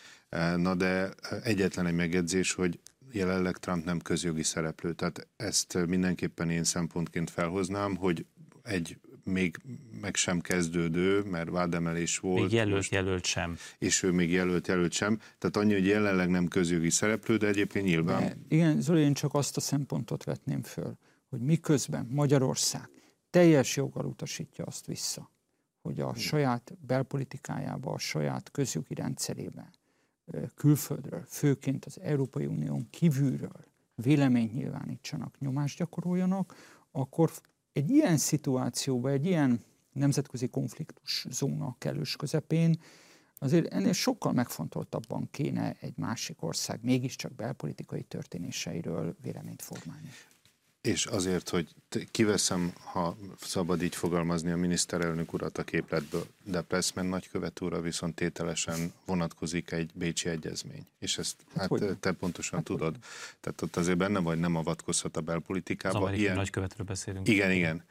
Na de egyetlen egy megjegyzés, hogy jelenleg Trump nem közjogi szereplő. Tehát ezt mindenképpen én szempontként felhoznám, hogy egy még meg sem kezdődő, mert vádemelés volt. Még jelölt sem. És ő még jelölt sem. Tehát annyi, hogy jelenleg nem közjogi szereplő, de egyébként nyilván. De igen, Zoli, én csak azt a szempontot vetném föl, hogy miközben Magyarország teljes joggal utasítja azt vissza, hogy a saját belpolitikájába, a saját közjogi rendszerében külföldről, főként az Európai Unión kívülről véleményt nyilvánítsanak, nyomást gyakoroljanak, akkor egy ilyen szituációban, egy ilyen nemzetközi konfliktus zóna kellős közepén azért ennél sokkal megfontoltabban kéne egy másik ország mégiscsak belpolitikai történéseiről véleményt formálni. És azért, hogy kiveszem, ha szabad így fogalmazni, a miniszterelnök urat a képletből, de Pressman nagykövet úrra viszont tételesen vonatkozik egy bécsi egyezmény. És ezt te pontosan tudod. Tehát ott azért benne vagy, nem avatkozhat a belpolitikába. Az amerikai nagykövetről beszélünk. Igen.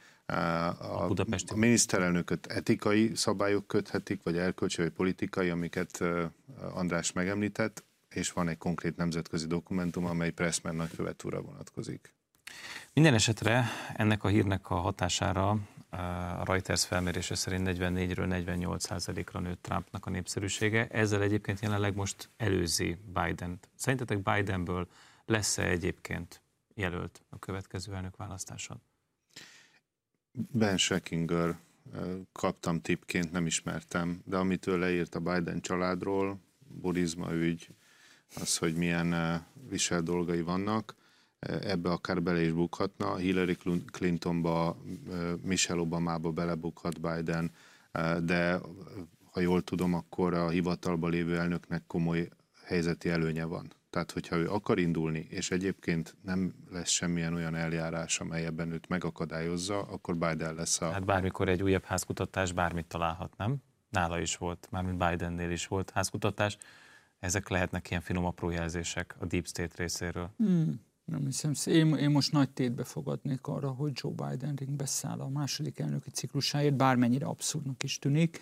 A miniszterelnököt etikai szabályok köthetik, vagy erkölcsi, vagy politikai, amiket András megemlített, és van egy konkrét nemzetközi dokumentum, amely Pressman nagykövet úrra vonatkozik. Minden esetre ennek a hírnek a hatására a Reuters felmérése szerint 44-ről 48%-ra nőtt Trumpnak a népszerűsége. Ezzel egyébként jelenleg most előzi Bident. Szerintetek Bidenből lesz-e egyébként jelölt a következő elnökválasztáson? Ben Schreckinger kaptam tippként, nem ismertem, de amitől leírt a Biden családról, buddhizma ügy, az, hogy milyen visel dolgai vannak, ebbe akár bele is bukhatna. Hillary Clintonba, Michelle Obamába belebukhat Biden, de ha jól tudom, akkor a hivatalba lévő elnöknek komoly helyzeti előnye van. Tehát, hogyha ő akar indulni, és egyébként nem lesz semmilyen olyan eljárás, amely ebben őt megakadályozza, akkor Biden lesz a... Hát bármikor egy újabb házkutatás bármit találhat, nem? Nála is volt, mármint Bidennél is volt házkutatás. Ezek lehetnek ilyen finom apró jelzések a Deep State részéről. Nem hiszem. Én most nagy tétbe fogadnék arra, hogy Joe Biden ringbe száll a második elnöki ciklusáért, bármennyire abszurdnak is tűnik,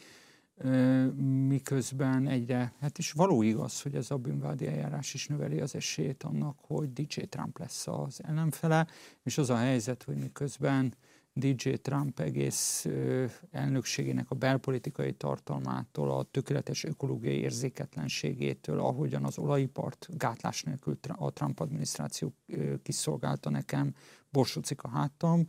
miközben egyre, hát is való igaz, hogy ez a bűnvádi eljárás is növeli az esélyt annak, hogy DJ Trump lesz az ellenfele, és az a helyzet, hogy miközben DJ Trump egész elnökségének a belpolitikai tartalmától, a tökéletes ökológiai érzéketlenségétől, ahogyan az olajipart gátlás nélkül a Trump adminisztráció kiszolgálta nekem, borsócik a hátam,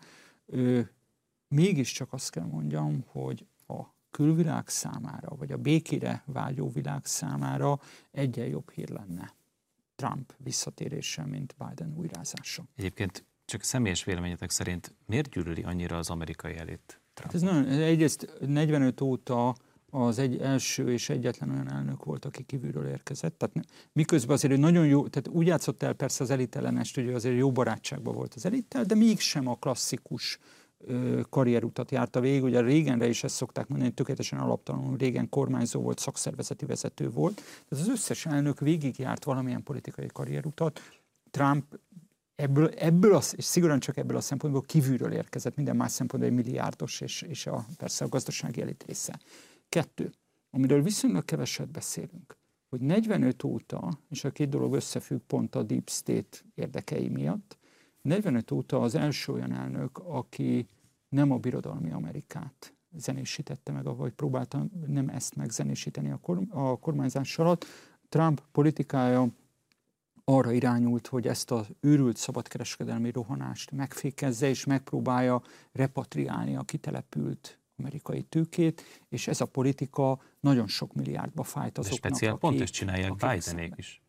mégiscsak azt kell mondjam, hogy a külvilág számára, vagy a békére vágyó világ számára egyen jobb hír lenne Trump visszatérése, mint Biden újrázása. Egyébként csak személyes véleményetek szerint miért gyűlöli annyira az amerikai elit Trump? Hát ez nagyon, egyrészt 45 óta az egy első és egyetlen olyan elnök volt, aki kívülről érkezett. Tehát miközben azért nagyon jó, tehát úgy játszott el persze az elit ellenest, hogy azért jó barátságban volt az elittel, de mégsem a klasszikus karrierutat járta végig. Ugye Reaganre is ezt szokták mondani, hogy tökéletesen alaptalanul. Reagan kormányzó volt, szakszervezeti vezető volt. Tehát az összes elnök végigjárt valamilyen politikai karrierutat. Trump ebből és szigorúan csak ebből a szempontból kívülről érkezett, minden más szempontból egy milliárdos, és persze a gazdasági elit része. 2. Amiről viszonylag keveset beszélünk, hogy 45 óta, és a két dolog összefügg pont a Deep State érdekei miatt, 45 óta az első olyan elnök, aki nem a birodalmi Amerikát zenésítette meg, vagy próbálta nem ezt megzenésíteni a kormányzás alatt. Trump politikája arra irányult, hogy ezt az őrült szabadkereskedelmi rohanást megfékezze, és megpróbálja repatriálni a kitelepült amerikai tőkét, és ez a politika nagyon sok milliárdba fájt azoknak, akik... speciál pont ezt csinálják Bidenék is.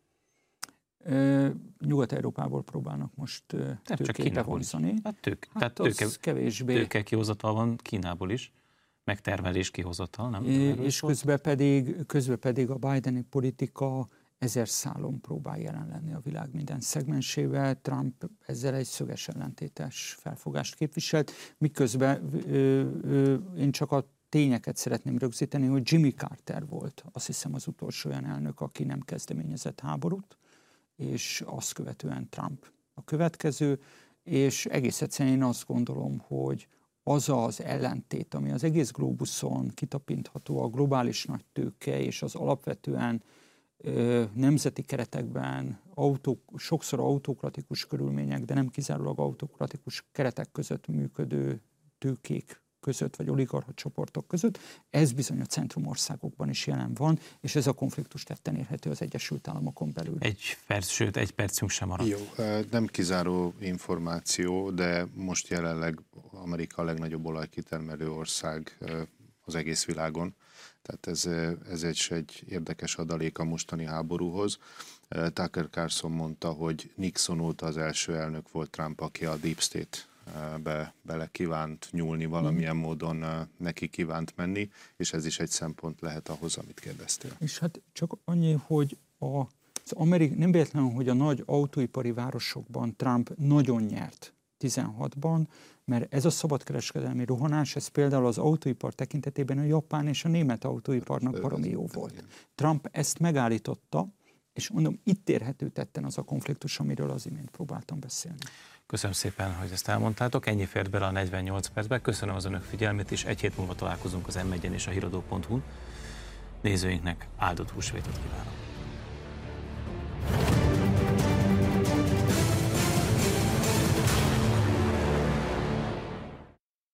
Nyugat-Európából próbálnak most tőkét bevonzani. Tehát tőke kihozatal van Kínából is, megtermelés kihozatal, nem? És közben pedig a bideni politika 1000 szálon próbál jelen lenni a világ minden szegmensével. Trump ezzel egy szöges ellentétes felfogást képviselt, miközben én csak a tényeket szeretném rögzíteni, hogy Jimmy Carter volt, azt hiszem, az utolsó olyan elnök, aki nem kezdeményezett háborút, és azt követően Trump a következő, és egész egyszerűen én azt gondolom, hogy az az ellentét, ami az egész globuszon kitapintható, a globális nagytőke és az alapvetően nemzeti keretekben sokszor autokratikus körülmények, de nem kizárólag autokratikus keretek között működő tőkék között, vagy oligarcha csoportok között, ez bizony a centrumországokban is jelen van, és ez a konfliktus tetten érhető az Egyesült Államokon belül. Egy percünk sem maradt. Jó, nem kizáró információ, de most jelenleg Amerika a legnagyobb olajkitermelő ország az egész világon. Tehát ez egy érdekes adalék a mostani háborúhoz. Tucker Carlson mondta, hogy Nixon óta az első elnök volt Trump, aki a Deep State bele kívánt nyúlni, valamilyen módon neki kívánt menni, és ez is egy szempont lehet ahhoz, amit kérdeztél. És hát csak annyi, hogy nem véletlenül, hogy a nagy autóipari városokban Trump nagyon nyert 16-ban, mert ez a szabadkereskedelmi rohanás, ez például az autóipar tekintetében a japán és a német autóiparnak baromi jó volt. Trump ezt megállította, és mondom, itt érhető tetten az a konfliktus, amiről az imént próbáltam beszélni. Köszönöm szépen, hogy ezt elmondtátok. Ennyi fért bele a 48 percbe. Köszönöm az önök figyelmét, és egy hét múlva találkozunk az M1-en és a híradó.hu-n. Nézőinknek áldott húsvétot kívánok!